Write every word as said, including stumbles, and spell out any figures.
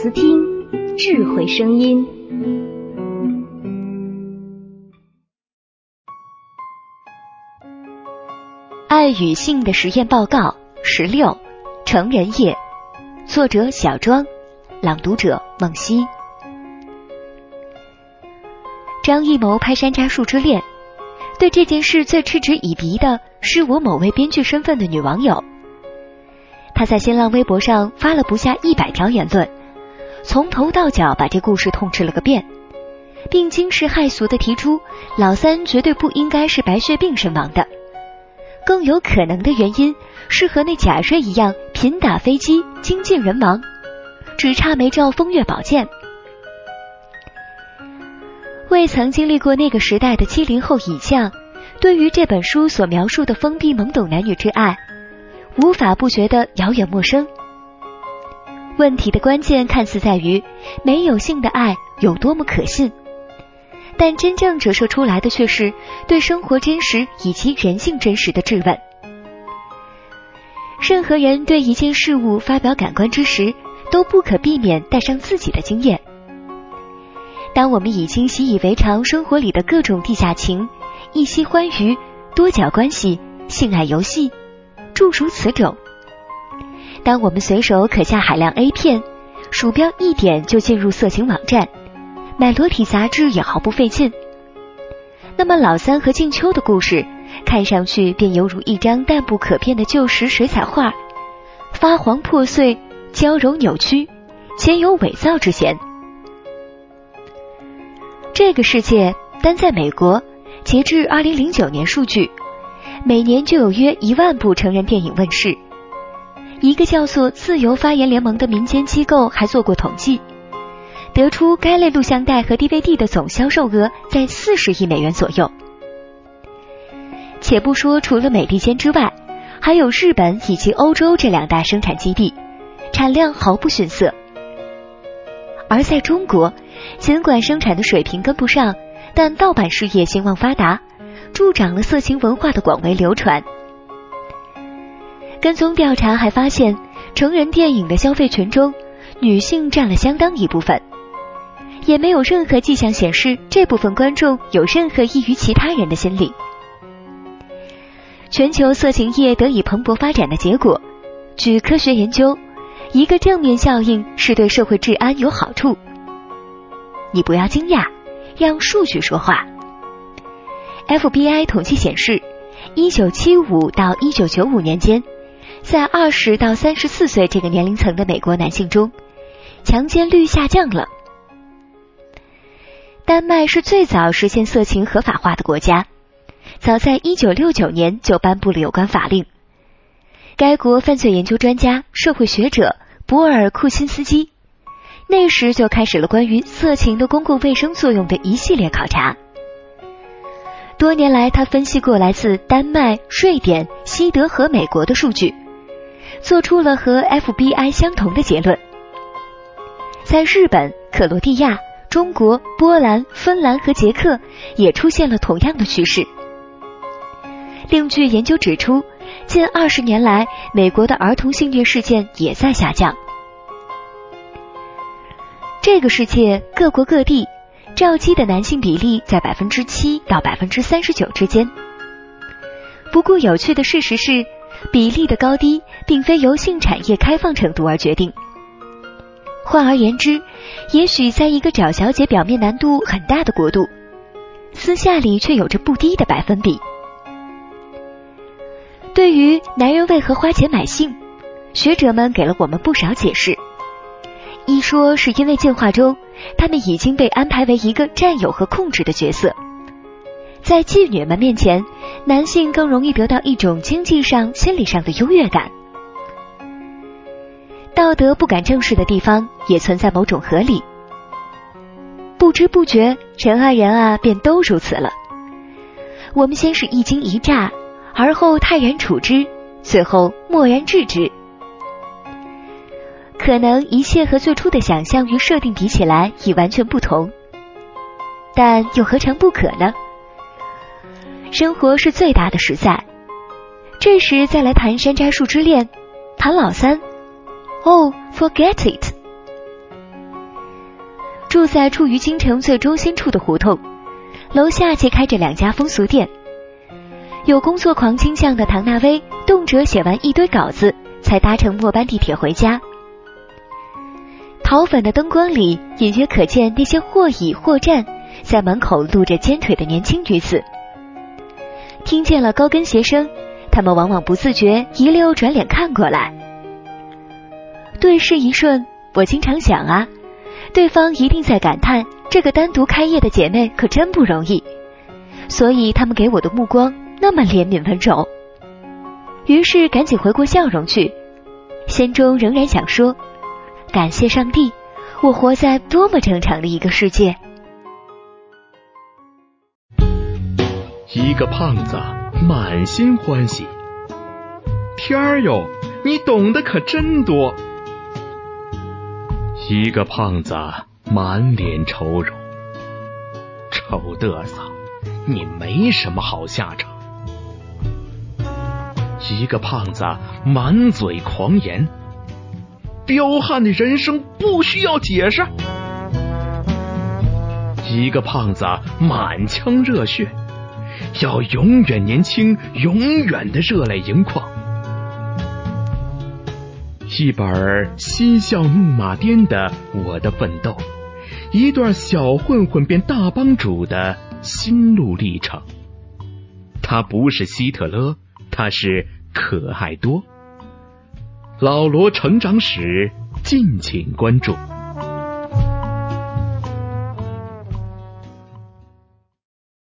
思听，智慧声音。 爱与性的实验报告十六，成人夜，作者小庄，朗读者梦溪。张艺谋拍山楂树之恋，对这件事最嗤之以鼻的是我某位编剧身份的女网友。她在新浪微博上发了不下一百条言论，从头到脚把这故事痛斥了个遍，并惊世骇俗地提出老三绝对不应该是白血病身亡的，更有可能的原因是和那贾瑞一样频打飞机精尽人亡，只差没照风月宝剑。未曾经历过那个时代的七零后以下，对于这本书所描述的封闭懵懂男女之爱，无法不觉得遥远陌生。问题的关键看似在于没有性的爱有多么可信，但真正折射出来的却是对生活真实以及人性真实的质问。任何人对一件事物发表感官之时，都不可避免带上自己的经验。当我们已经习以为常生活里的各种地下情、一夕欢愉、多角关系、性爱游戏，诸如此种，当我们随手可下海量 A 片，鼠标一点就进入色情网站，买裸体杂志也毫不费劲，那么老三和静秋的故事看上去便犹如一张淡不可辨的旧时水彩画，发黄破碎，娇柔扭曲，且有伪造之嫌。这个世界单在美国，截至二零零九年数据，每年就有约一万部成人电影问世。一个叫做自由发言联盟的民间机构还做过统计，得出该类录像带和 D V D 的总销售额在四十亿美元左右。且不说除了美利坚之外，还有日本以及欧洲这两大生产基地，产量毫不逊色。而在中国，尽管生产的水平跟不上，但盗版事业兴旺发达，助长了色情文化的广为流传。跟踪调查还发现，成人电影的消费群中，女性占了相当一部分，也没有任何迹象显示这部分观众有任何异于其他人的心理。全球色情业得以蓬勃发展的结果，据科学研究，一个正面效应是对社会治安有好处。你不要惊讶，让数据说话。F B I 统计显示，一九七五到一九九五年间，在二十到三十四岁这个年龄层的美国男性中，强奸率下降了。丹麦是最早实现色情合法化的国家，早在一九六九年就颁布了有关法令。该国犯罪研究专家、社会学者博尔库辛斯基那时就开始了关于色情的公共卫生作用的一系列考察。多年来，他分析过来自丹麦、瑞典、西德和美国的数据，做出了和 F B I 相同的结论。在日本、克罗地亚、中国、波兰、芬兰和捷克也出现了同样的趋势。另据研究指出，近二十年来，美国的儿童性虐事件也在下降。这个世界各国各地照击的男性比例在百分之七到百分之三十九之间。不过有趣的事实是，比例的高低并非由性产业开放程度而决定。换而言之，也许在一个找小姐表面难度很大的国度，私下里却有着不低的百分比。对于男人为何花钱买性，学者们给了我们不少解释。一说是因为进化中，他们已经被安排为一个占有和控制的角色，在妓女们面前，男性更容易得到一种经济上、心理上的优越感。道德不敢正视的地方，也存在某种合理。不知不觉，人啊人啊，便都如此了。我们先是一惊一乍，而后泰然处之，最后默然置之。可能一切和最初的想象与设定比起来已完全不同，但又何尝不可呢？生活是最大的实在。这时再来谈山楂树之恋，谈老三，哦、oh, forget it。 住在处于京城最中心处的胡同，楼下且开着两家风俗店。有工作狂倾向的唐纳威动辄写完一堆稿子才搭乘末班地铁回家。桃粉的灯光里隐约可见那些或倚或站在门口露着尖腿的年轻女子。听见了高跟鞋声，他们往往不自觉一溜转脸看过来。对视一瞬，我经常想啊，对方一定在感叹这个单独开业的姐妹可真不容易，所以他们给我的目光那么怜悯温柔。于是赶紧回过笑容去，心中仍然想说，感谢上帝，我活在多么正常的一个世界。 一个胖子满心欢喜，天儿哟，你懂得可真多。一个胖子满脸愁容，丑嘚瑟，你没什么好下场。一个胖子满嘴狂言，彪悍的人生不需要解释。一个胖子满腔热血，要永远年轻，永远的热泪盈眶。一本嬉笑怒马颠的我的奋斗，一段小混混变大帮主的心路历程。他不是希特勒，他是可爱多。老罗成长史，敬请关注。